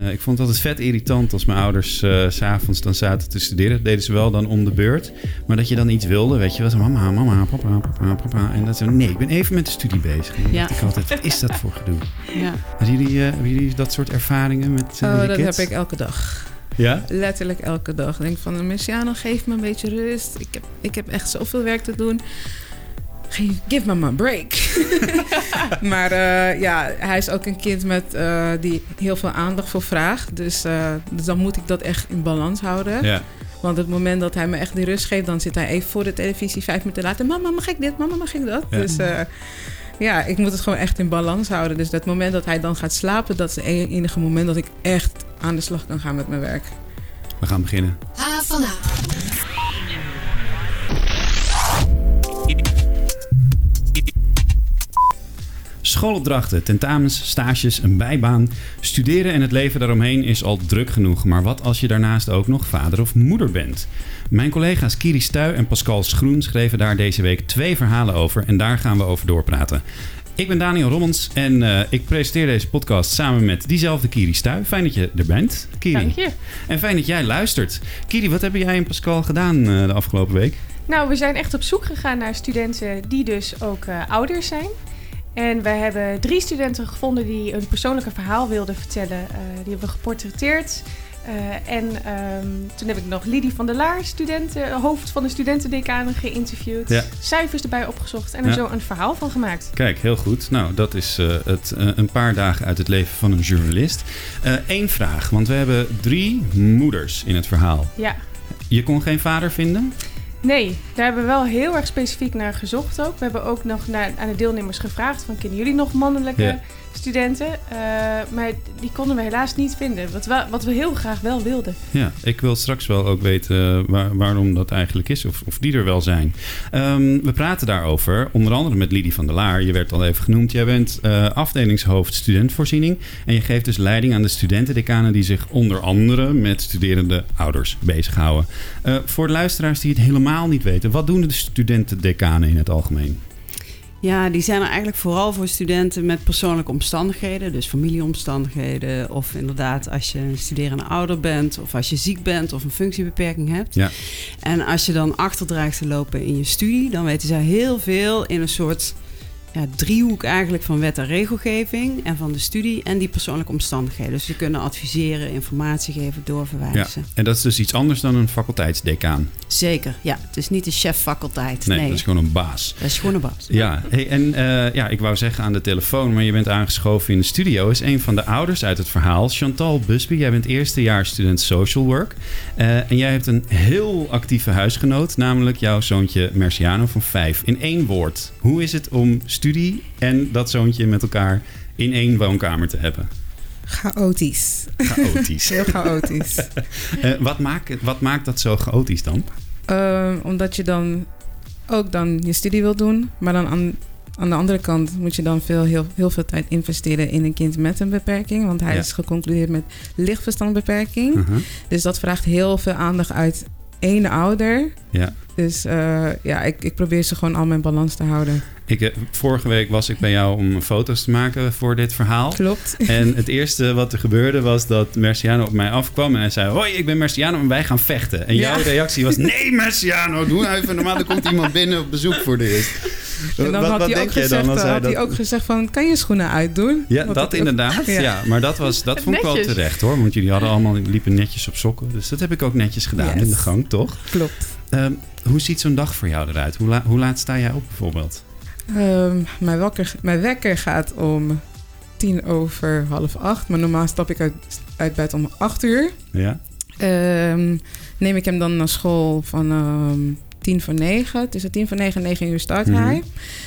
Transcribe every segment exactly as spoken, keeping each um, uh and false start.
Uh, ik vond het altijd vet irritant als mijn ouders uh, 's avonds dan zaten te studeren. Dat deden ze wel dan om de beurt. Maar dat je dan iets wilde, weet je wel. Zo, mama, mama, papa, papa, papa. En dat ze, nee, ik ben even met de studie bezig. En ja. ik altijd, wat is dat voor gedoe? Ja. Hebben jullie, uh, hebben jullie dat soort ervaringen met, uh, oh, met je dat kids? heb ik elke dag. Ja? Letterlijk elke dag. Ik denk van, Messiano, geef me een beetje rust. Ik heb, ik heb echt zoveel werk te doen. Give me my break. maar uh, ja, hij is ook een kind met, uh, die heel veel aandacht voor vraagt. Dus, uh, dus dan moet ik dat echt in balans houden. Ja. Want het moment dat hij me echt die rust geeft... dan zit hij even voor de televisie vijf minuten later... mama, mag ik dit? Mama, mag ik dat? Ja. Dus uh, ja, ik moet het gewoon echt in balans houden. Dus dat moment dat hij dan gaat slapen... dat is het enige moment dat ik echt aan de slag kan gaan met mijn werk. We gaan beginnen. A van A. Schoolopdrachten, tentamens, stages, een bijbaan. Studeren en het leven daaromheen is al druk genoeg. Maar wat als je daarnaast ook nog vader of moeder bent? Mijn collega's Kiri Stuy en Pascal Schroen schreven daar deze week twee verhalen over. En daar gaan we over doorpraten. Ik ben Daniel Rommens en uh, ik presenteer deze podcast samen met diezelfde Kiri Stuy. Fijn dat je er bent, Kiri. Dank je. En fijn dat jij luistert. Kiri, wat hebben jij en Pascal gedaan uh, de afgelopen week? Nou, we zijn echt op zoek gegaan naar studenten die dus ook uh, ouders zijn. En wij hebben drie studenten gevonden die een persoonlijke verhaal wilden vertellen. Uh, die hebben we geportretteerd. Uh, en um, toen heb ik nog Lidie van der Laar, studenten, hoofd van de studentendecanen, geïnterviewd. Ja. Cijfers erbij opgezocht en er ja. zo een verhaal van gemaakt. Kijk, heel goed. Nou, dat is uh, het, uh, een paar dagen uit het leven van een journalist. Eén uh, vraag, want we hebben drie moeders in het verhaal. Ja. Je kon geen vader vinden? Nee, daar hebben we wel heel erg specifiek naar gezocht ook. We hebben ook nog naar, aan de deelnemers gevraagd van, kennen jullie nog mannelijke ja. studenten? Uh, maar die konden we helaas niet vinden. Wat we, wat we heel graag wel wilden. Ja, ik wil straks wel ook weten waar, waarom dat eigenlijk is. Of, of die er wel zijn. Um, we praten daarover. Onder andere met Lidie van der Laar. Je werd al even genoemd. Jij bent uh, afdelingshoofd studentenvoorziening. En je geeft dus leiding aan de studentendecanen die zich onder andere met studerende ouders bezighouden. Uh, voor de luisteraars die het helemaal niet weten. Wat doen de studentendecanen in het algemeen? Ja, die zijn er eigenlijk vooral voor studenten met persoonlijke omstandigheden. Dus familieomstandigheden. Of inderdaad als je een studerende ouder bent. Of als je ziek bent of een functiebeperking hebt. Ja. En als je dan achter dreigt te lopen in je studie. Dan weten zij heel veel in een soort ja, driehoek eigenlijk van wet en regelgeving. En van de studie en die persoonlijke omstandigheden. Dus ze kunnen adviseren, informatie geven, doorverwijzen. Ja. En dat is dus iets anders dan een faculteitsdecaan. Zeker, ja. Het is niet de chef faculteit. Nee, nee, dat is gewoon een baas. Dat is gewoon een baas. Ja, hey, en uh, ja, ik wou zeggen aan de telefoon, maar je bent aangeschoven in de studio. Is een van de ouders uit het verhaal, Chantal Busby. Jij bent eerstejaarsstudent social work. Uh, en jij hebt een heel actieve huisgenoot, namelijk jouw zoontje Merciano van vijf. In één woord, hoe is het om studie en dat zoontje met elkaar in één woonkamer te hebben? Chaotisch. Chaotisch. Heel chaotisch. uh, wat, maakt, wat maakt dat zo chaotisch dan? Uh, omdat je dan ook dan je studie wil doen. Maar dan aan, aan de andere kant moet je dan veel, heel, heel veel tijd investeren in een kind met een beperking. Want hij ja. is geconcludeerd met lichtverstandbeperking. Uh-huh. Dus dat vraagt heel veel aandacht uit één ouder. Ja. Dus uh, ja, ik, ik probeer ze gewoon allemaal in balans te houden. Ik, vorige week was ik bij jou om foto's te maken voor dit verhaal. Klopt. En het eerste wat er gebeurde was dat Merciano op mij afkwam en hij zei: hoi, ik ben Merciano en wij gaan vechten. En ja. jouw reactie was: nee, Merciano, doe nou even normaal. Er komt iemand binnen op bezoek voor de eerst. En dan wat had wat hij denk ook je gezegd, dan? Als had hij hij dat... ook gezegd van, kan je schoenen uitdoen? Ja, Wat dat inderdaad. Ja. ja, maar dat, was, dat vond ik wel terecht hoor. Want jullie hadden allemaal, liepen netjes op sokken. Dus dat heb ik ook netjes gedaan yes. in de gang, toch? Klopt. Um, hoe ziet zo'n dag voor jou eruit? Hoe, la- hoe laat sta jij op bijvoorbeeld? Um, mijn, wakker, mijn wekker gaat om tien over half acht. Maar normaal stap ik uit, uit bed om acht uur. Ja. Um, neem ik hem dan naar school van um, tien voor negen. Tussen tien voor negen en negen uur start mm-hmm. hij.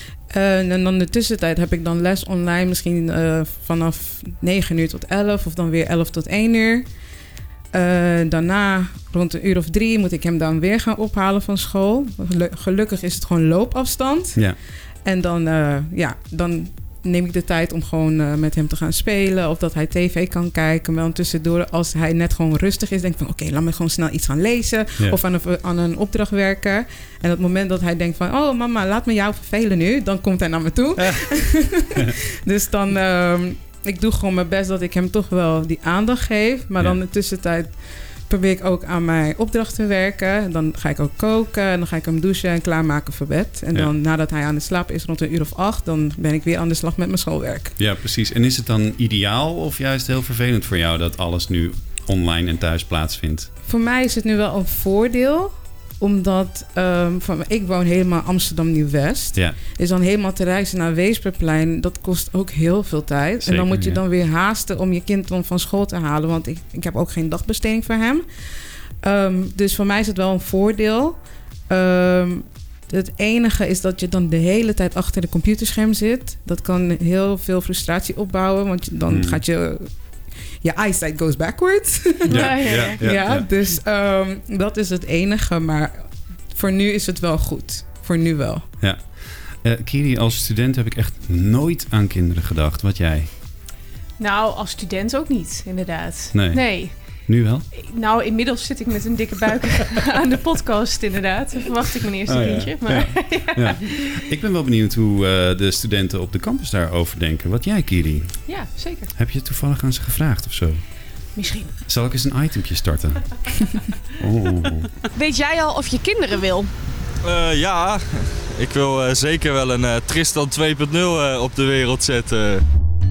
Uh, en dan de tussentijd heb ik dan les online. Misschien uh, vanaf negen uur tot elf. Of dan weer elf tot één uur. Uh, daarna, rond een uur of drie, moet ik hem dan weer gaan ophalen van school. Gelukkig is het gewoon loopafstand. Ja. En dan, uh, ja, dan neem ik de tijd om gewoon uh, met hem te gaan spelen. Of dat hij tv kan kijken. Maar tussendoor, als hij net gewoon rustig is, denk ik van oké, okay, laat me gewoon snel iets gaan lezen. Ja. Of aan een, aan een opdracht werken. En op het moment dat hij denkt van oh mama, laat me jou vervelen nu. Dan komt hij naar me toe. Ja. Dus dan... Uh, ik doe gewoon mijn best dat ik hem toch wel die aandacht geef. Maar ja. dan in de tussentijd probeer ik ook aan mijn opdrachten werken. Dan ga ik ook koken. En dan ga ik hem douchen en klaarmaken voor bed. En ja. dan nadat hij aan de slaap is rond een uur of acht... dan ben ik weer aan de slag met mijn schoolwerk. Ja, precies. En is het dan ideaal of juist heel vervelend voor jou... dat alles nu online en thuis plaatsvindt? Voor mij is het nu wel een voordeel... Omdat um, van, ik woon helemaal Amsterdam Nieuw-West. Ja. Dus dan helemaal te reizen naar Weesperplein... dat kost ook heel veel tijd. Zeker, en dan moet je ja. dan weer haasten om je kind dan van school te halen. Want ik, ik heb ook geen dagbesteding voor hem. Um, dus voor mij is het wel een voordeel. Um, het enige is dat je dan de hele tijd achter de computerscherm zit. Dat kan heel veel frustratie opbouwen. Want dan hmm. gaat je... Je eyesight goes backwards. Ja, ja, ja. ja, ja dus um, dat is het enige. Maar voor nu is het wel goed. Voor nu wel. Ja. Uh, Kiri, als student heb ik echt nooit aan kinderen gedacht. Wat jij? Nou, als student ook niet, inderdaad. Nee. nee. Nu wel? Nou, inmiddels zit ik met een dikke buik aan de podcast, inderdaad. Dan verwacht ik mijn eerste oh, kindje. Ja. Maar, ja. Ja. Ja. Ik ben wel benieuwd hoe uh, de studenten op de campus daarover denken. Wat jij, Kiri? Ja, zeker. Heb je toevallig aan ze gevraagd of zo? Misschien. Zal ik eens een itempje starten? oh. Weet jij al of je kinderen wil? Uh, ja, ik wil uh, zeker wel een uh, Tristan twee punt nul uh, op de wereld zetten.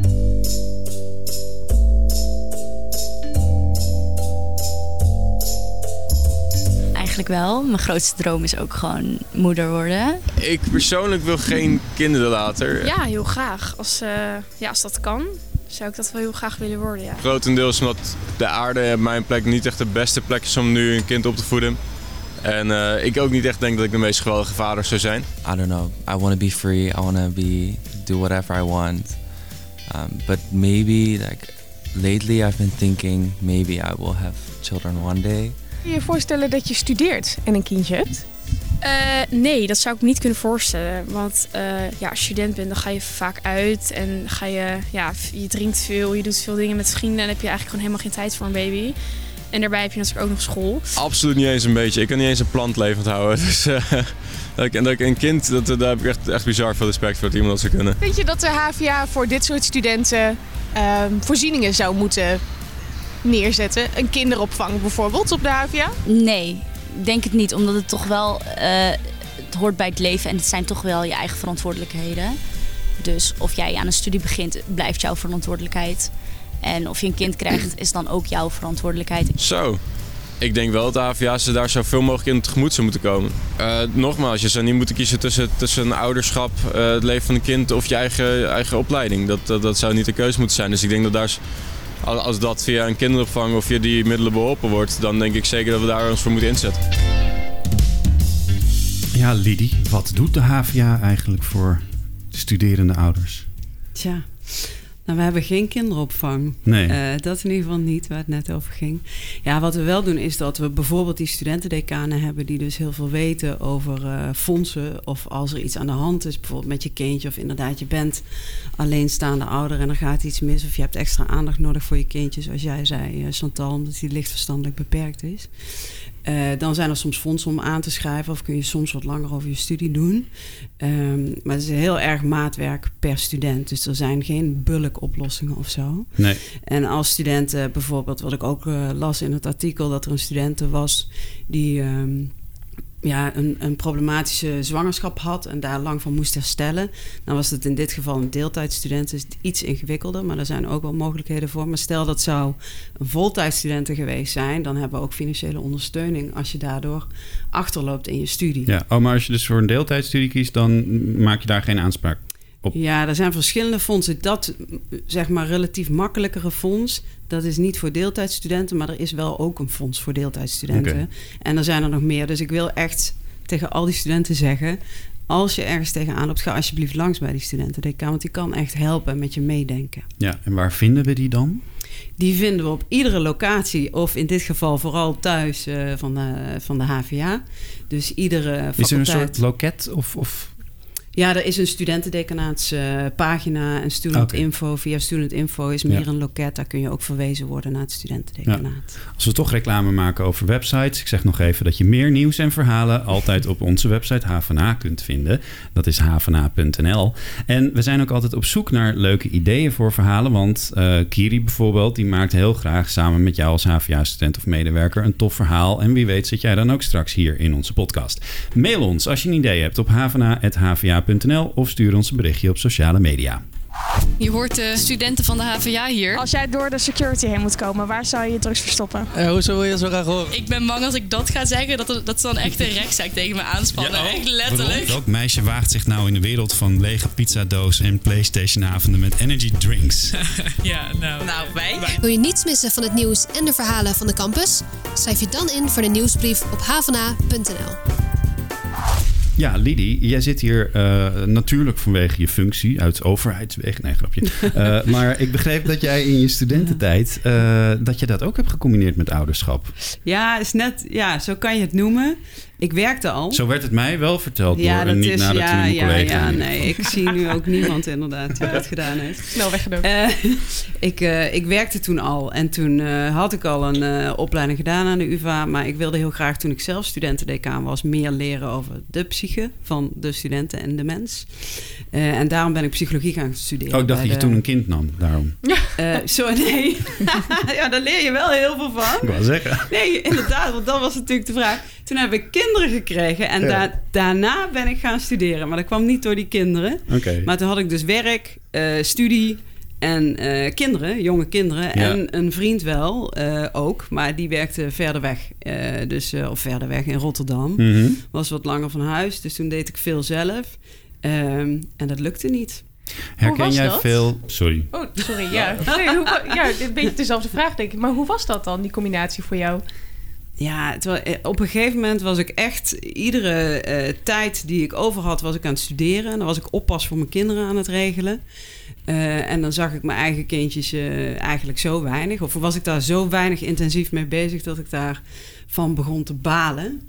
Eigenlijk wel. Mijn grootste droom is ook gewoon moeder worden. Ik persoonlijk wil geen kinderen later. Ja, heel graag. Als, uh, ja, als dat kan, zou ik dat wel heel graag willen worden, ja. Grotendeels omdat de aarde, mijn plek, niet echt de beste plek is om nu een kind op te voeden. En uh, ik ook niet echt denk dat ik de meest geweldige vader zou zijn. I don't know. I want to be free. I want to be do whatever I want. Um, but maybe like lately I've been thinking maybe I will have children one day. Kun je je voorstellen dat je studeert en een kindje hebt? Uh, nee, dat zou ik me niet kunnen voorstellen. Want uh, ja, als je student bent, dan ga je vaak uit en ga je, ja, je drinkt veel, je doet veel dingen met vrienden en dan heb je eigenlijk gewoon helemaal geen tijd voor een baby. En daarbij heb je natuurlijk ook nog school. Absoluut niet eens een beetje. Ik kan niet eens een plant levend houden. Dus uh, dat ik, dat ik een kind, dat, daar heb ik echt, echt bizar veel respect voor dat iemand dat zou kunnen. Vind je dat de H V A voor dit soort studenten uh, voorzieningen zou moeten neerzetten? Een kinderopvang bijvoorbeeld op de H V A? Nee, ik denk het niet. Omdat het toch wel... Uh, het hoort bij het leven en het zijn toch wel je eigen verantwoordelijkheden. Dus of jij aan een studie begint, blijft jouw verantwoordelijkheid. En of je een kind krijgt, is dan ook jouw verantwoordelijkheid. Zo. Ik denk wel dat de H V A's daar zoveel mogelijk in tegemoet zou moeten komen. Uh, nogmaals, je zou niet moeten kiezen tussen, tussen een ouderschap, uh, het leven van een kind of je eigen, eigen opleiding. Dat, dat, dat zou niet de keuze moeten zijn. Dus ik denk dat daar... Als dat via een kinderopvang of via die middelen beholpen wordt, dan denk ik zeker dat we daar ons voor moeten inzetten. Ja, Lidie, wat doet de H V A eigenlijk voor studerende ouders? Tja, nou, we hebben geen kinderopvang. Nee. Uh, dat in ieder geval niet, waar het net over ging. Ja, wat we wel doen is dat we bijvoorbeeld die studentendecanen hebben die dus heel veel weten over uh, fondsen. Of als er iets aan de hand is, bijvoorbeeld met je kindje. Of inderdaad, je bent alleenstaande ouder en er gaat iets mis. Of je hebt extra aandacht nodig voor je kindje, zoals jij zei, uh, Chantal, omdat die licht verstandelijk beperkt is. Uh, dan zijn er soms fondsen om aan te schrijven of kun je soms wat langer over je studie doen. Um, maar het is heel erg maatwerk per student. Dus er zijn geen bulkoplossingen of zo. Nee. En als studenten bijvoorbeeld, wat ik ook uh, las in het artikel, dat er een studente was die um, ja, een, een problematische zwangerschap had en daar lang van moest herstellen. Dan was het in dit geval een deeltijdstudent, dus iets ingewikkelder, maar er zijn ook wel mogelijkheden voor. Maar stel dat zou een voltijdstudenten geweest zijn, dan hebben we ook financiële ondersteuning als je daardoor achterloopt in je studie. Ja, oh, maar als je dus voor een deeltijdstudie kiest, dan maak je daar geen aanspraak op. Ja, er zijn verschillende fondsen. Dat, zeg maar, relatief makkelijkere fonds, dat is niet voor deeltijdstudenten, maar er is wel ook een fonds voor deeltijdstudenten. Okay. En er zijn er nog meer. Dus ik wil echt tegen al die studenten zeggen, als je ergens tegenaan loopt, ga alsjeblieft langs bij die studentendecaan, want die kan echt helpen met je meedenken. Ja, en waar vinden we die dan? Die vinden we op iedere locatie, of in dit geval vooral thuis uh, van, de, van de H V A. Dus iedere faculteit. Is er een soort loket of... of... Ja, er is een studentendecanaatspagina en Student Okay. Info. Via Student Info is meer Ja. een loket. Daar kun je ook verwezen worden naar het studentendecanaat. Ja. Als we toch reclame maken over websites, ik zeg nog even dat je meer nieuws en verhalen altijd op onze website H V N A kunt vinden. Dat is h v n a punt n l. En we zijn ook altijd op zoek naar leuke ideeën voor verhalen, want uh, Kiri bijvoorbeeld, die maakt heel graag samen met jou als H V A-student of medewerker een tof verhaal. En wie weet zit jij dan ook straks hier in onze podcast. Mail ons als je een idee hebt op h v n a punt h v a punt n l of stuur ons een berichtje op sociale media. Je hoort de studenten van de H V A hier. Als jij door de security heen moet komen, waar zou je je drugs verstoppen? Uh, hoezo wil je zo graag horen? Ik ben bang als ik dat ga zeggen, dat, er, dat ze dan echt een rechtszaak tegen me aanspannen. Ja, oh, echt letterlijk. Welk meisje waagt zich nou in de wereld van lege pizzadoos en PlayStation-avonden met energy drinks? Ja, nou. Nou, wij. Wil je niets missen van het nieuws en de verhalen van de campus? Schrijf je dan in voor de nieuwsbrief op h v n a punt n l. Ja, Lidie, jij zit hier uh, natuurlijk vanwege je functie uit overheidswegen. Nee, grapje. Uh, maar ik begreep dat jij in je studententijd uh, dat je dat ook hebt gecombineerd met ouderschap. Ja, is net, ja, zo kan je het noemen. Ik werkte al. Zo werd het mij wel verteld ja, door dat een niet is, nader te ja, noemen ja, collega. Ja, nee, ik zie nu ook niemand inderdaad die dat gedaan heeft. Snel weggedoken. Uh, ik, uh, ik werkte toen al en toen uh, had ik al een uh, opleiding gedaan aan de U vA. Maar ik wilde heel graag, toen ik zelf studentendecaan was, meer leren over de psyche van de studenten en de mens. Uh, en daarom ben ik psychologie gaan studeren. Oh, ik dacht dat je de... toen een kind nam, daarom. Uh, zo, nee. Ja, daar leer je wel heel veel van. Ik wou zeggen. Nee, inderdaad, want dat was natuurlijk de vraag. Toen heb ik kinderen gekregen en ja. da- daarna ben ik gaan studeren. Maar dat kwam niet door die kinderen. Okay. Maar toen had ik dus werk, uh, studie en uh, kinderen, jonge kinderen. Ja. En een vriend wel uh, ook, maar die werkte verder weg. Uh, dus, uh, of verder weg in Rotterdam. Mm-hmm. Was wat langer van huis, dus toen deed ik veel zelf. Um, en dat lukte niet. Herken jij dat? veel... Sorry. Oh, sorry, ja. Nee, hoe, ja, een beetje dezelfde vraag, denk ik. Maar hoe was dat dan, die combinatie voor jou? Ja, terwijl, op een gegeven moment was ik echt... Iedere uh, tijd die ik over had, was ik aan het studeren. En dan was ik oppas voor mijn kinderen aan het regelen. Uh, en dan zag ik mijn eigen kindjes uh, eigenlijk zo weinig. Of was ik daar zo weinig intensief mee bezig... dat ik daarvan begon te balen.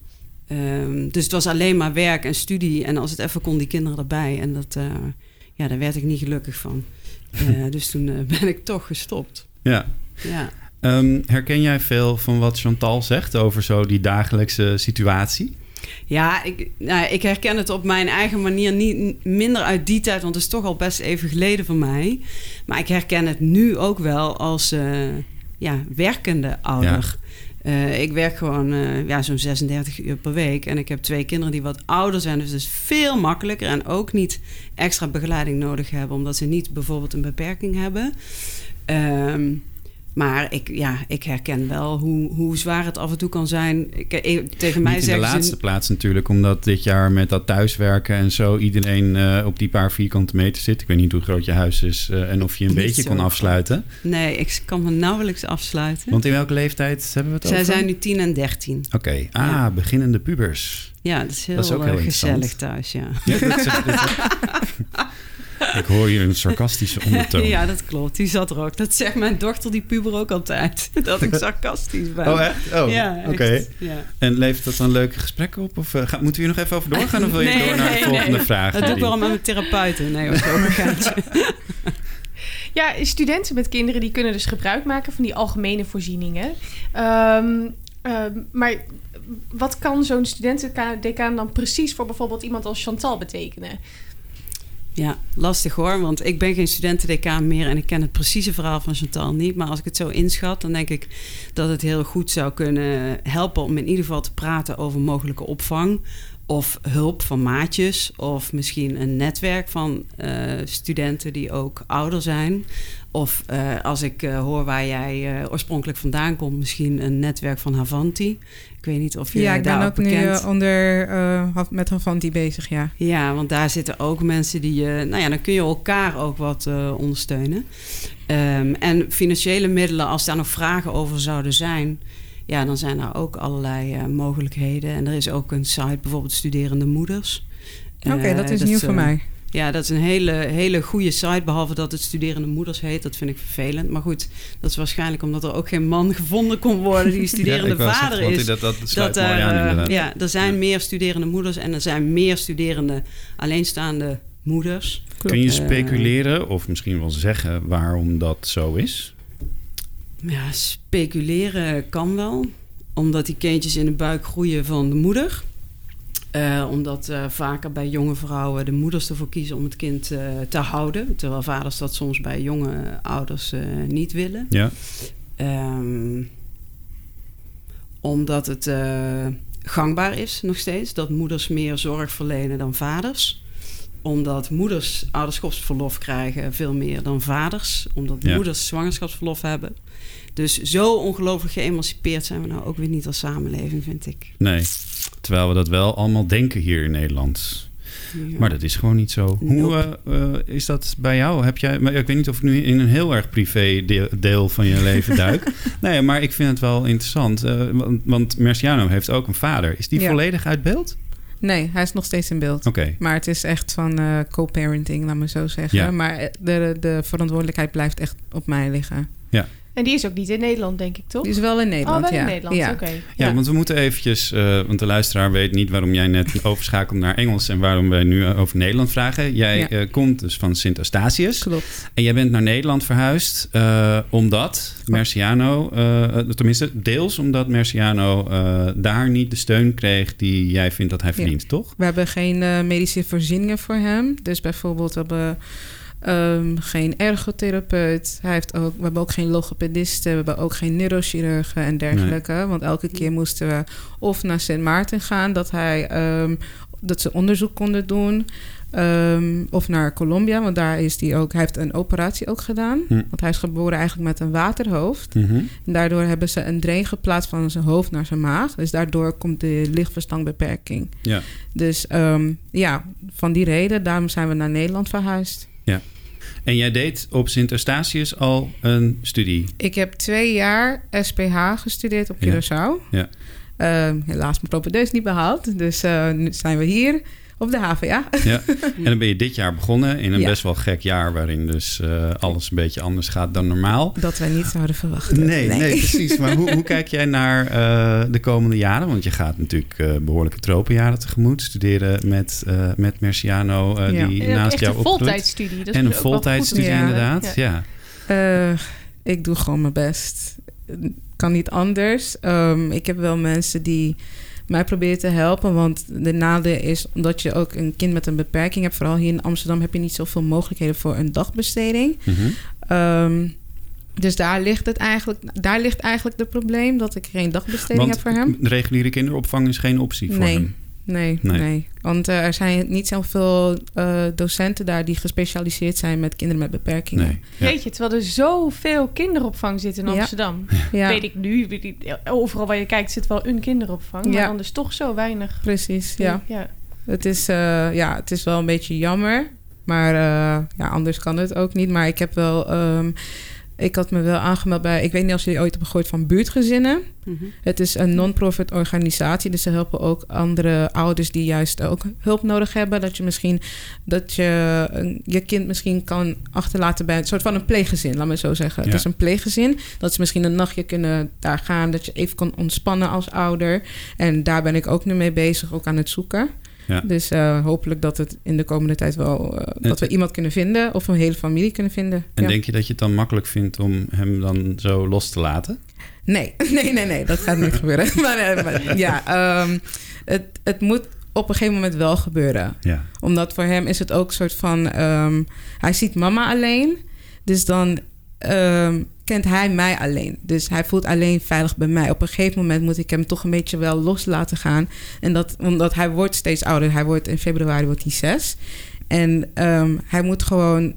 Um, dus het was alleen maar werk en studie. En als het even kon, die kinderen erbij. En dat, uh, ja, daar werd ik niet gelukkig van. Uh, dus toen uh, ben ik toch gestopt. Ja. Ja. Um, herken jij veel van wat Chantal zegt over zo die dagelijkse situatie? Ja, ik, nou, ik herken het op mijn eigen manier niet minder uit die tijd, want het is toch al best even geleden voor mij. Maar ik herken het nu ook wel als uh, ja, werkende ouder. Ja. Uh, ik werk gewoon uh, ja, zo'n zesendertig uur per week. En ik heb twee kinderen die wat ouder zijn. Dus het is veel makkelijker. En ook niet extra begeleiding nodig hebben. Omdat ze niet bijvoorbeeld een beperking hebben. Um, maar ik, ja, ik herken wel hoe, hoe zwaar het af en toe kan zijn. Ik, ik, tegen mij niet in de zeggen laatste ze... plaats natuurlijk. Omdat dit jaar met dat thuiswerken en zo... iedereen uh, op die paar vierkante meter zit. Ik weet niet hoe groot je huis is... Uh, en of je een niet beetje zo kon afsluiten. Nee, ik kan me nauwelijks afsluiten. Want in welke leeftijd hebben we het Zij over? Zij zijn nu tien en dertien. Oké, okay. ah, ja. Beginnende pubers. Ja, dat is heel, dat is ook heel uh, gezellig thuis, ja. ja dat is, dat is, ik hoor hier een sarcastische ondertoon. Ja, dat klopt. Die zat er ook. Dat zegt mijn dochter, die puber, ook altijd. Dat ik sarcastisch ben. Oh, echt? Oh, ja, oké. Okay. Ja. En levert dat dan leuke gesprekken op? Of uh, ga, moeten we hier nog even over doorgaan? Of wil je nee, door naar de nee, volgende nee. vraag? Dat doe ik wel met mijn therapeuten. Nee, of ook een gaatje. Ja, studenten met kinderen die kunnen dus gebruik maken van die algemene voorzieningen. Um, um, maar wat kan zo'n studentendecaan dan precies voor bijvoorbeeld iemand als Chantal betekenen? Ja, lastig hoor, want ik ben geen studentendecaan meer en ik ken het precieze verhaal van Chantal niet. Maar als ik het zo inschat, dan denk ik dat het heel goed zou kunnen helpen om in ieder geval te praten over mogelijke opvang of hulp van maatjes of misschien een netwerk van uh, studenten die ook ouder zijn. Of uh, als ik uh, hoor waar jij uh, oorspronkelijk vandaan komt, misschien een netwerk van Havanti. Ik weet niet of je ja, ik daar ben ook ook bekend. nu uh, onder, uh, met Havanti bezig, ja. Ja, want daar zitten ook mensen die je... Nou ja, dan kun je elkaar ook wat uh, ondersteunen. Um, en financiële middelen, als daar nog vragen over zouden zijn... ja, dan zijn er ook allerlei uh, mogelijkheden. En er is ook een site, bijvoorbeeld Studerende Moeders. Oké, okay, uh, dat is dat, nieuw uh, voor mij. Ja, dat is een hele, hele goede site, behalve dat het Studerende Moeders heet. Dat vind ik vervelend. Maar goed, dat is waarschijnlijk omdat er ook geen man gevonden kon worden die studerende ja, vader zeggen, is. Dat, dat sluit dat mooi er, aan, uh, inderdaad. ja, er zijn ja. meer studerende moeders en er zijn meer studerende alleenstaande moeders. Kun je speculeren of misschien wel zeggen waarom dat zo is? Ja, speculeren kan wel. Omdat die kindjes in de buik groeien van de moeder. Uh, omdat uh, vaker bij jonge vrouwen de moeders ervoor kiezen om het kind uh, te houden. Terwijl vaders dat soms bij jonge ouders uh, niet willen. Ja. Um, omdat het uh, gangbaar is nog steeds. Dat moeders meer zorg verlenen dan vaders. Omdat moeders ouderschapsverlof krijgen veel meer dan vaders. Omdat ja. moeders zwangerschapsverlof hebben. Dus zo ongelooflijk geëmancipeerd zijn we nou ook weer niet als samenleving, vind ik. Nee, terwijl we dat wel allemaal denken hier in Nederland. Ja. Maar dat is gewoon niet zo. Hoe nope. uh, uh, is dat bij jou? Heb jij, maar ik weet niet of ik nu in een heel erg privé deel, deel van je leven duik. Nee, maar ik vind het wel interessant. Uh, want, want Merciano heeft ook een vader. Is die ja. volledig uit beeld? Nee, hij is nog steeds in beeld. Okay. Maar het is echt van uh, co-parenting, laat me zo zeggen. Ja. Maar de, de verantwoordelijkheid blijft echt op mij liggen. Ja. En die is ook niet in Nederland, denk ik, toch? Die is wel in Nederland, oh, wel ja. in Nederland, ja. oké. Okay. Ja, ja, want we moeten eventjes... Uh, want de luisteraar weet niet waarom jij net overschakelt naar Engels... en waarom wij nu over Nederland vragen. Jij ja. uh, komt dus van Sint Eustatius. Klopt. En jij bent naar Nederland verhuisd... Uh, omdat Merciano... Uh, tenminste, deels omdat Merciano... Uh, daar niet de steun kreeg die jij vindt dat hij verdient, ja. toch? We hebben geen uh, medische voorzieningen voor hem. Dus bijvoorbeeld we hebben... Um, geen ergotherapeut. Hij heeft ook, we hebben ook geen logopedisten. We hebben ook geen neurochirurgen en dergelijke. Nee. Want elke keer moesten we of naar Sint Maarten gaan... dat, hij, um, dat ze onderzoek konden doen. Um, of naar Colombia, want daar is hij ook... Hij heeft een operatie ook gedaan. Hm. Want hij is geboren eigenlijk met een waterhoofd. Mm-hmm. En daardoor hebben ze een drain geplaatst van zijn hoofd naar zijn maag. Dus daardoor komt de lichtverstandbeperking. Ja. Dus um, ja, van die reden, daarom zijn we naar Nederland verhuisd. Ja. En jij deed op Sint Eustatius al een studie? Ik heb twee jaar S P H gestudeerd op Curaçao. Ja. Uh, helaas mijn propedeus niet behaald. Dus uh, nu zijn we hier op de haven, ja. ja. En dan ben je dit jaar begonnen in een ja. best wel gek jaar... waarin dus uh, alles een beetje anders gaat dan normaal. Dat wij niet zouden verwachten. Nee, nee. nee precies. Maar hoe, hoe kijk jij naar uh, de komende jaren? Want je gaat natuurlijk uh, behoorlijke tropenjaren tegemoet. Studeren met, uh, met Merciano, uh, ja. die en naast jou opgroeit. Een voltijdstudie. Dat en een voltijdstudie, ja. inderdaad. Ja. ja. Uh, ik doe gewoon mijn best. Kan niet anders. Um, ik heb wel mensen die... mij proberen te helpen, want de nadeel is... omdat je ook een kind met een beperking hebt... vooral hier in Amsterdam heb je niet zoveel mogelijkheden... voor een dagbesteding. Mm-hmm. Um, dus daar ligt het eigenlijk... daar ligt eigenlijk het probleem... dat ik geen dagbesteding want heb voor hem. De reguliere kinderopvang is geen optie voor nee. hem? Nee, nee, nee. Want uh, er zijn niet zoveel uh, docenten daar... die gespecialiseerd zijn met kinderen met beperkingen. Nee. Ja. Weet je, terwijl er zoveel kinderopvang zit in Amsterdam. Ja. Ja. Weet ik nu, overal waar je kijkt zit wel een kinderopvang. Maar ja. dan is toch zo weinig. Precies, ja. ja. Het, is, uh, ja het is wel een beetje jammer. Maar uh, ja, anders kan het ook niet. Maar ik heb wel... Um, Ik had me wel aangemeld bij... Ik weet niet of jullie ooit hebben gehoord van buurtgezinnen. Mm-hmm. Het is een non-profit organisatie. Dus ze helpen ook andere ouders die juist ook hulp nodig hebben. Dat je misschien... dat je je kind misschien kan achterlaten bij een soort van een pleeggezin. Laat me zo zeggen. Ja. Het is een pleeggezin. Dat ze misschien een nachtje kunnen daar gaan. Dat je even kan ontspannen als ouder. En daar ben ik ook nu mee bezig. Ook aan het zoeken. Ja. Dus uh, hopelijk dat het in de komende tijd wel... Uh, dat we iemand kunnen vinden of een hele familie kunnen vinden. En ja. denk je dat je het dan makkelijk vindt om hem dan zo los te laten? Nee, nee, nee, nee. Dat gaat niet gebeuren. Maar, uh, maar ja, um, het, het moet op een gegeven moment wel gebeuren. Ja. Omdat voor hem is het ook een soort van... Um, hij ziet mama alleen. Dus dan... Um, kent hij mij alleen. Dus hij voelt alleen veilig bij mij. Op een gegeven moment moet ik hem toch een beetje wel los laten gaan. En dat, omdat hij wordt steeds ouder. Hij wordt in februari wordt hij zes. En um, hij moet gewoon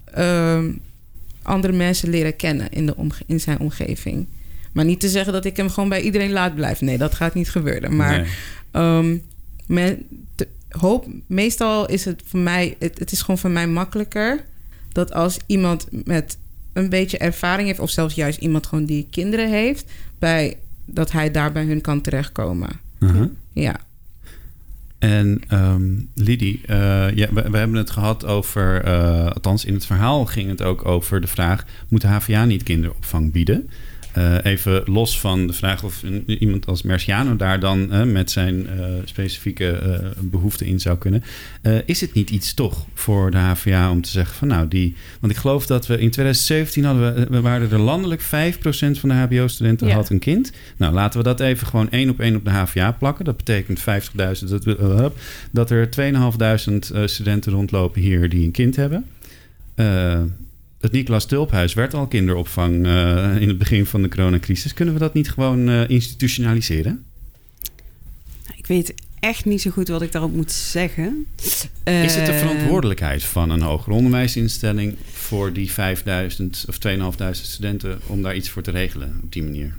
um, andere mensen leren kennen in, de omge- in zijn omgeving. Maar niet te zeggen dat ik hem gewoon bij iedereen laat blijven. Nee, dat gaat niet gebeuren. Maar nee. um, men, te, hoop, meestal is het voor mij... Het, het is gewoon voor mij makkelijker... dat als iemand met... een beetje ervaring heeft... of zelfs juist iemand gewoon die kinderen heeft... Bij, dat hij daar bij hun kan terechtkomen. Uh-huh. Ja. En um, Lidie, uh, ja, we, we hebben het gehad over, uh, althans in het verhaal ging het ook over de vraag, moet de H V A niet kinderopvang bieden? Uh, even los van de vraag of een, iemand als Merciano daar dan uh, met zijn uh, specifieke uh, behoeften in zou kunnen. Uh, is het niet iets toch voor de H V A om te zeggen van nou die... Want ik geloof dat we in twintig zeventien hadden we, we waren er landelijk vijf procent van de H B O-studenten Ja. had een kind. Nou, laten we dat even gewoon één op één op de H V A plakken. Dat betekent vijftigduizend dat, uh, dat er tweeduizend vijfhonderd uh, studenten rondlopen hier die een kind hebben. Uh, Het Nicolaas Tulphuis werd al kinderopvang uh, in het begin van de coronacrisis. Kunnen we dat niet gewoon uh, institutionaliseren? Ik weet echt niet zo goed wat ik daarop moet zeggen. Is het de Uh, verantwoordelijkheid van een hoger onderwijsinstelling voor die vijfduizend of tweeduizend studenten om daar iets voor te regelen op die manier?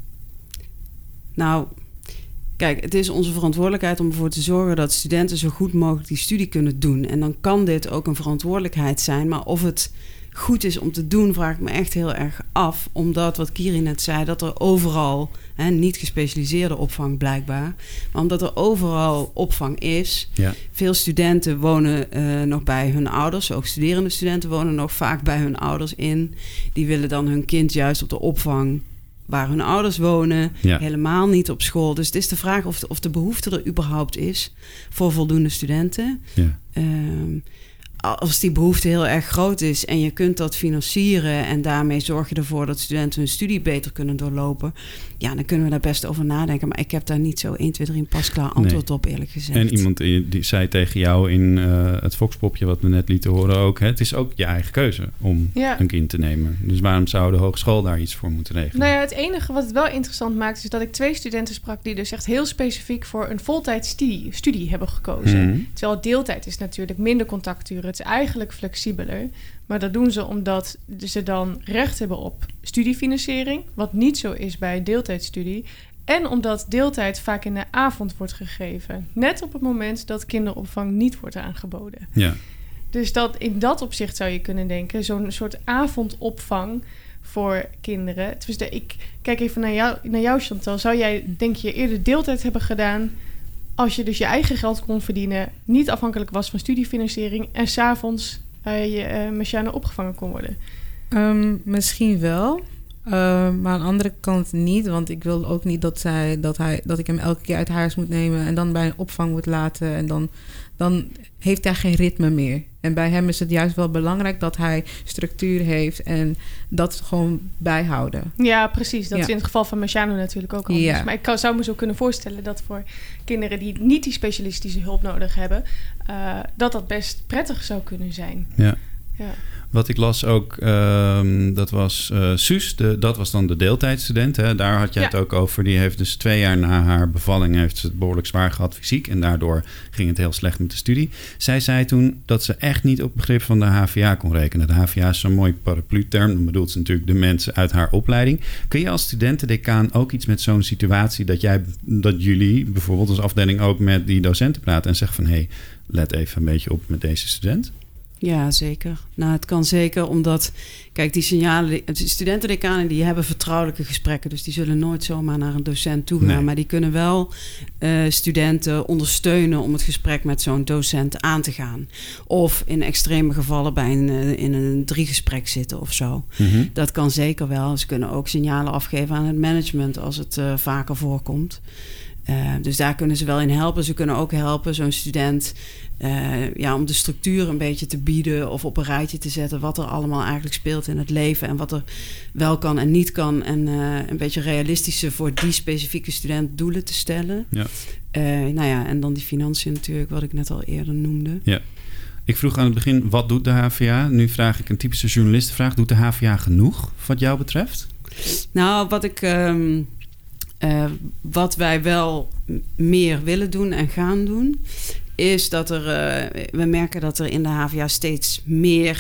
Nou, kijk, het is onze verantwoordelijkheid om ervoor te zorgen dat studenten zo goed mogelijk die studie kunnen doen. En dan kan dit ook een verantwoordelijkheid zijn. Maar of het goed is om te doen, vraag ik me echt heel erg af. Omdat, wat Kiri net zei, dat er overal, hè, niet gespecialiseerde opvang blijkbaar, maar omdat er overal opvang is. Ja. Veel studenten wonen uh, nog bij hun ouders. Ook studerende studenten wonen nog vaak bij hun ouders in. Die willen dan hun kind juist op de opvang waar hun ouders wonen, Ja. helemaal niet op school. Dus het is de vraag of de, of de behoefte er überhaupt is voor voldoende studenten. Ja. Um, als die behoefte heel erg groot is en je kunt dat financieren en daarmee zorg je ervoor dat studenten hun studie beter kunnen doorlopen, ja, dan kunnen we daar best over nadenken. Maar ik heb daar niet zo één, twee, drie een pasklaar antwoord Nee. op, eerlijk gezegd. En iemand die die zei tegen jou in uh, het Foxpopje wat we net lieten horen ook, hè, het is ook je eigen keuze om Ja. een kind te nemen. Dus waarom zou de hogeschool daar iets voor moeten regelen? Nou ja, het enige wat het wel interessant maakt is dat ik twee studenten sprak die dus echt heel specifiek voor een voltijds studie, studie hebben gekozen. Mhm. Terwijl deeltijd is natuurlijk minder contacturen. Het is eigenlijk flexibeler. Maar dat doen ze omdat ze dan recht hebben op studiefinanciering, wat niet zo is bij deeltijdstudie. En omdat deeltijd vaak in de avond wordt gegeven. Net op het moment dat kinderopvang niet wordt aangeboden. Ja. Dus dat, in dat opzicht zou je kunnen denken, zo'n soort avondopvang voor kinderen. Tenminste, ik kijk even naar jou, naar jou, Chantal. Zou jij, denk je, eerder deeltijd hebben gedaan als je dus je eigen geld kon verdienen, niet afhankelijk was van studiefinanciering en 's avonds uh, je uh, Merciano opgevangen kon worden? Um, misschien wel. Uh, maar aan de andere kant niet. Want ik wil ook niet dat, zij, dat, hij, dat ik hem elke keer uit huis moet nemen en dan bij een opvang moet laten. En dan, dan heeft hij geen ritme meer. En bij hem is het juist wel belangrijk dat hij structuur heeft en dat gewoon bijhouden. Ja, precies. Dat Ja. is in het geval van Merciano natuurlijk ook anders. Ja. Maar ik kan, zou me zo kunnen voorstellen dat voor kinderen die niet die specialistische hulp nodig hebben, uh, dat dat best prettig zou kunnen zijn. Ja. Ja. Wat ik las ook, um, dat was uh, Suus, de, dat was dan de deeltijdstudent. Hè? Daar had jij Ja. het ook over. Die heeft dus twee jaar na haar bevalling heeft ze het behoorlijk zwaar gehad fysiek. En daardoor ging het heel slecht met de studie. Zij zei toen dat ze echt niet op het begrip van de H V A kon rekenen. De H V A is zo'n mooi paraplu-term. Dan bedoelt ze natuurlijk de mensen uit haar opleiding. Kun je als studentendecaan ook iets met zo'n situatie dat jij, dat jullie bijvoorbeeld als afdeling ook met die docenten praten en zeggen van hé, hey, let even een beetje op met deze student? Ja, zeker. Nou, het kan zeker omdat, kijk, die signalen, de studentendecanen die hebben vertrouwelijke gesprekken, dus die zullen nooit zomaar naar een docent toe gaan, Nee. maar die kunnen wel uh, studenten ondersteunen om het gesprek met zo'n docent aan te gaan. Of in extreme gevallen bij een, uh, in een driegesprek zitten of zo. Mm-hmm. Dat kan zeker wel. Ze kunnen ook signalen afgeven aan het management als het uh, vaker voorkomt. Uh, dus daar kunnen ze wel in helpen. Ze kunnen ook helpen, zo'n student, uh, ja, om de structuur een beetje te bieden of op een rijtje te zetten wat er allemaal eigenlijk speelt in het leven en wat er wel kan en niet kan. En uh, een beetje realistische voor die specifieke student doelen te stellen. Ja. Uh, nou ja, en dan die financiën natuurlijk, wat ik net al eerder noemde. Ja. Ik vroeg aan het begin, wat doet de H V A? Nu vraag ik een typische journalistenvraag. Doet de H V A genoeg, wat jou betreft? Nou, wat ik... Um, Uh, wat wij wel meer willen doen en gaan doen, is dat er, uh, we merken dat er in de H V A steeds meer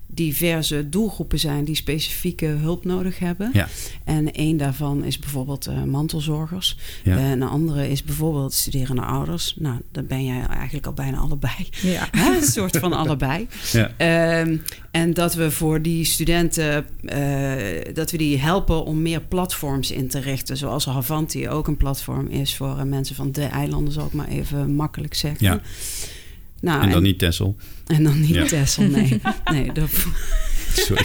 diverse doelgroepen zijn die specifieke hulp nodig hebben. Ja. En één daarvan is bijvoorbeeld uh, mantelzorgers. Ja. Uh, een andere is bijvoorbeeld studerende ouders. Nou, dan ben jij eigenlijk al bijna allebei. Ja. Een soort van allebei. Ja. Um, en dat we voor die studenten, uh, dat we die helpen om meer platforms in te richten. Zoals Havanti ook een platform is voor uh, mensen van de eilanden, zal ik maar even makkelijk zeggen. Ja. Nou, en dan en, niet Texel. En dan niet ja. Texel, nee. nee dat... Sorry.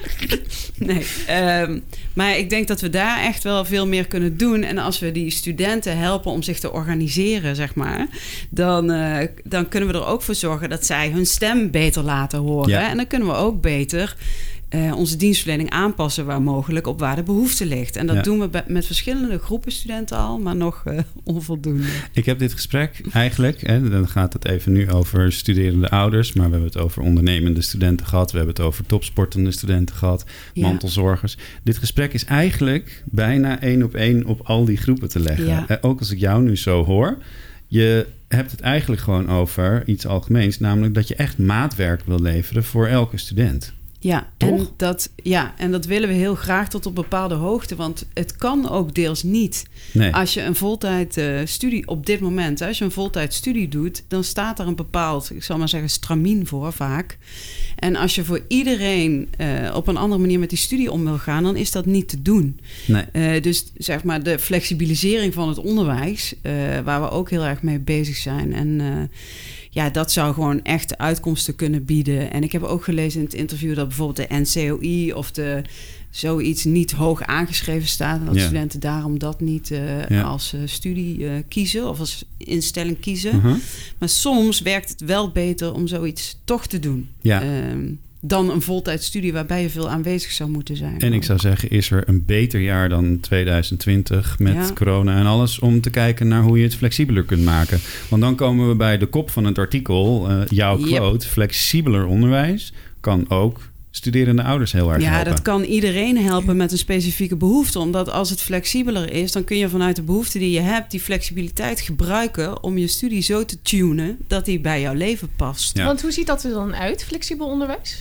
Nee, um, maar ik denk dat we daar echt wel veel meer kunnen doen. En als we die studenten helpen om zich te organiseren, zeg maar, dan, uh, dan kunnen we er ook voor zorgen dat zij hun stem beter laten horen. Ja. En dan kunnen we ook beter uh, onze dienstverlening aanpassen waar mogelijk op waar de behoefte ligt. En dat ja. doen we be- met verschillende groepen studenten al, maar nog uh, onvoldoende. Ik heb dit gesprek eigenlijk, hè, dan gaat het even nu over studerende ouders, maar we hebben het over ondernemende studenten gehad, we hebben het over topsportende studenten gehad, Ja. mantelzorgers. Dit gesprek is eigenlijk bijna één op één op al die groepen te leggen. Ja. Eh, ook als ik jou nu zo hoor, je hebt het eigenlijk gewoon over iets algemeens, namelijk dat je echt maatwerk wil leveren voor elke student. Ja en, dat, ja, en dat willen we heel graag tot op bepaalde hoogte. Want het kan ook deels niet. Nee. Als je een voltijd uh, studie op dit moment, als je een voltijd studie doet, dan staat er een bepaald, ik zal maar zeggen, stramien voor vaak. En als je voor iedereen uh, op een andere manier met die studie om wil gaan, dan is dat niet te doen. Nee. Uh, dus zeg maar de flexibilisering van het onderwijs, uh, waar we ook heel erg mee bezig zijn. En uh, ja, dat zou gewoon echt uitkomsten kunnen bieden. En ik heb ook gelezen in het interview dat bijvoorbeeld de N C O I of de zoiets niet hoog aangeschreven staat. En dat ja. studenten daarom dat niet uh, ja. als uh, studie uh, kiezen of als instelling kiezen. Uh-huh. Maar soms werkt het wel beter om zoiets toch te doen. Ja. Um, dan een voltijdstudie waarbij je veel aanwezig zou moeten zijn. En ik zou zeggen, is er een beter jaar dan twintig twintig met Ja. corona en alles, om te kijken naar hoe je het flexibeler kunt maken. Want dan komen we bij de kop van het artikel, uh, jouw quote, yep. Flexibeler onderwijs kan ook studerende ouders heel erg ja, helpen. Dat kan iedereen helpen met een specifieke behoefte. Omdat als het flexibeler is, dan kun je vanuit de behoefte die je hebt, die flexibiliteit gebruiken om je studie zo te tunen dat die bij jouw leven past. Ja. Want hoe ziet dat er dan uit, flexibel onderwijs?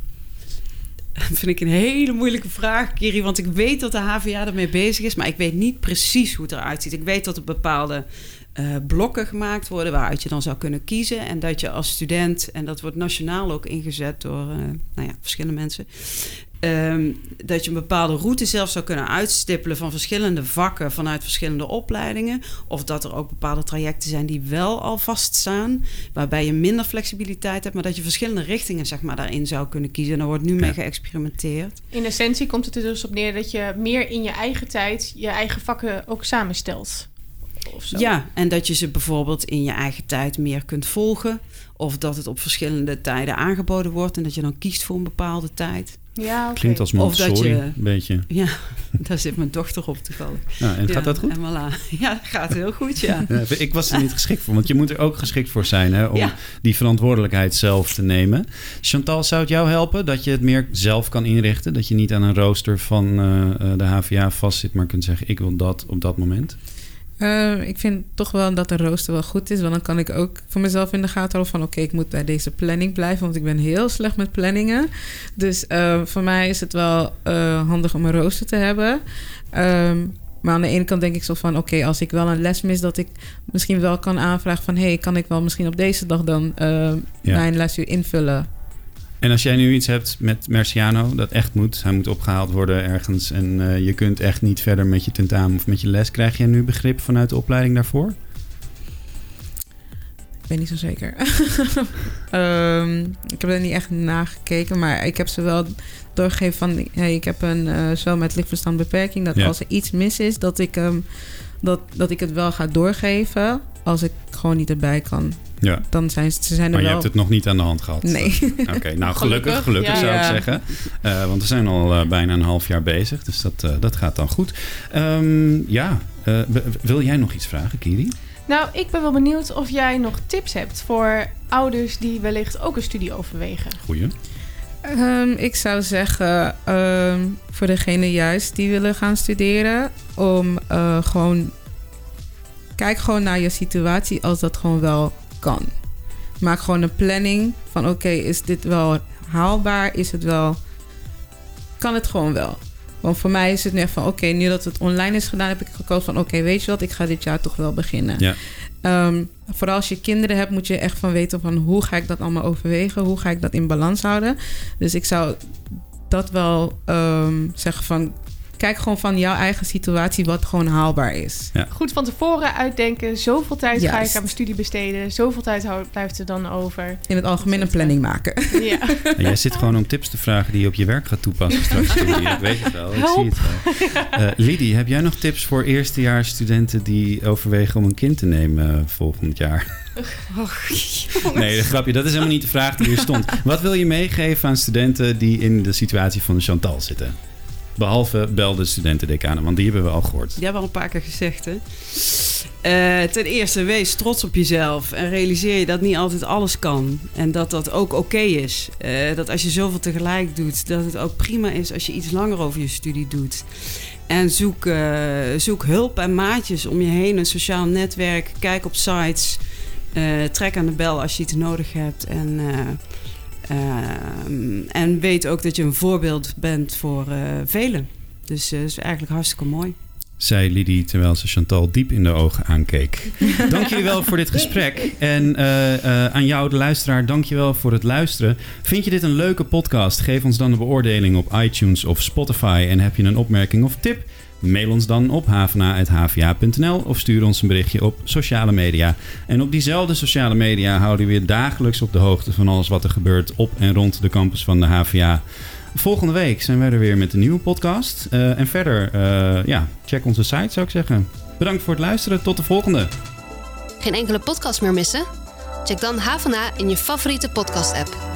Dat vind ik een hele moeilijke vraag, Kiri. Want ik weet dat de H V A ermee bezig is, maar ik weet niet precies hoe het eruit ziet. Ik weet dat er bepaalde uh, blokken gemaakt worden waaruit je dan zou kunnen kiezen. En dat je als student, en dat wordt nationaal ook ingezet door uh, nou ja, verschillende mensen, Um, dat je een bepaalde route zelf zou kunnen uitstippelen van verschillende vakken vanuit verschillende opleidingen. Of dat er ook bepaalde trajecten zijn die wel al vaststaan, waarbij je minder flexibiliteit hebt, maar dat je verschillende richtingen zeg maar, daarin zou kunnen kiezen. En daar wordt nu mee geëxperimenteerd. In essentie komt het er dus op neer dat je meer in je eigen tijd je eigen vakken ook samenstelt. Of zo. Ja, en dat je ze bijvoorbeeld in je eigen tijd meer kunt volgen. Of dat het op verschillende tijden aangeboden wordt en dat je dan kiest voor een bepaalde tijd. Ja, okay. Klinkt als Montessori, je, een beetje. Ja, daar zit mijn dochter op toevallig. Ja, en ja, gaat dat goed? En voilà. Ja, gaat heel goed, ja. ja. Ik was er niet geschikt voor, want je moet er ook geschikt voor zijn, hè, om ja. die verantwoordelijkheid zelf te nemen. Chantal, zou het jou helpen dat je het meer zelf kan inrichten? Dat je niet aan een rooster van uh, de H V A vastzit, maar kunt zeggen, ik wil dat op dat moment? Uh, ik vind toch wel dat de rooster wel goed is. Want dan kan ik ook voor mezelf in de gaten houden van... oké, okay, ik moet bij deze planning blijven. Want ik ben heel slecht met planningen. Dus uh, voor mij is het wel uh, handig om een rooster te hebben. Um, maar aan de ene kant denk ik zo van... oké, okay, als ik wel een les mis... dat ik misschien wel kan aanvragen van... hé, hey, kan ik wel misschien op deze dag dan uh, ja. mijn lesuur invullen... En als jij nu iets hebt met Merciano, dat echt moet, hij moet opgehaald worden ergens en uh, je kunt echt niet verder met je tentamen of met je les, krijg jij nu begrip vanuit de opleiding daarvoor? Ik ben niet zo zeker. um, ik heb er niet echt nagekeken, maar ik heb ze wel doorgegeven van, hey, ik heb een uh, zo met lichtverstand beperking, dat ja. als er iets mis is, dat ik, um, dat, dat ik het wel ga doorgeven als ik gewoon niet erbij kan. Ja. Dan zijn ze, ze zijn er maar je wel... hebt het nog niet aan de hand gehad? Nee. Oké, okay, nou gelukkig, gelukkig ja. zou ik zeggen. Uh, want we zijn al uh, bijna een half jaar bezig, dus dat, uh, dat gaat dan goed. Um, ja, uh, wil jij nog iets vragen, Kiri? Nou, ik ben wel benieuwd of jij nog tips hebt voor ouders die wellicht ook een studie overwegen. Goeie. Um, ik zou zeggen, um, voor degene juist die willen gaan studeren, om uh, gewoon... Kijk gewoon naar je situatie als dat gewoon wel kan. Maak gewoon een planning van oké, okay, is dit wel haalbaar is het wel... Kan het gewoon wel. Want voor mij is het nu echt van... Oké, okay, nu dat het online is gedaan... heb ik gekozen van... Oké, okay, weet je wat? Ik ga dit jaar toch wel beginnen. Ja. Um, vooral als je kinderen hebt... moet je echt van weten van... Hoe ga ik dat allemaal overwegen? Hoe ga ik dat in balans houden? Dus ik zou dat wel um, zeggen van... Kijk gewoon van jouw eigen situatie wat gewoon haalbaar is. Ja. Goed van tevoren uitdenken. Zoveel tijd Juist. ga ik aan mijn studie besteden. Zoveel tijd blijft er dan over. In het algemeen een planning maken. Ja. En jij zit gewoon om tips te vragen die je op je werk gaat toepassen straks. Ik weet het wel, ik Help. zie het wel. Uh, Lidie, heb jij nog tips voor eerstejaarsstudenten die overwegen om een kind te nemen volgend jaar? Oh, nee, dat grapje. Dat is helemaal niet de vraag die hier stond. Wat wil je meegeven aan studenten die in de situatie van Chantal zitten? Behalve bel de studentendecanen, want die hebben we al gehoord. Die hebben we al een paar keer gezegd, hè? Uh, ten eerste, wees trots op jezelf. En realiseer je dat niet altijd alles kan. En dat dat ook oké okay is. Uh, dat als je zoveel tegelijk doet, dat het ook prima is als je iets langer over je studie doet. En zoek, uh, zoek hulp en maatjes om je heen. Een sociaal netwerk. Kijk op sites. Uh, trek aan de bel als je iets nodig hebt. En... Uh, Uh, en weet ook dat je een voorbeeld bent voor uh, velen. Dus uh, dat is eigenlijk hartstikke mooi. Zei Lidie terwijl ze Chantal diep in de ogen aankeek. Dank jullie wel voor dit gesprek. En uh, uh, aan jou, de luisteraar, dank je wel voor het luisteren. Vind je dit een leuke podcast? Geef ons dan een beoordeling op iTunes of Spotify. En heb je een opmerking of tip? Mail ons dan op havena apenstaartje h v a punt n l of stuur ons een berichtje op sociale media. En op diezelfde sociale media houden we je dagelijks op de hoogte van alles wat er gebeurt op en rond de campus van de H V A. Volgende week zijn wij er weer met een nieuwe podcast. Uh, en verder, uh, ja, check onze site zou ik zeggen. Bedankt voor het luisteren. Tot de volgende. Geen enkele podcast meer missen? Check dan Havena in je favoriete podcast-app.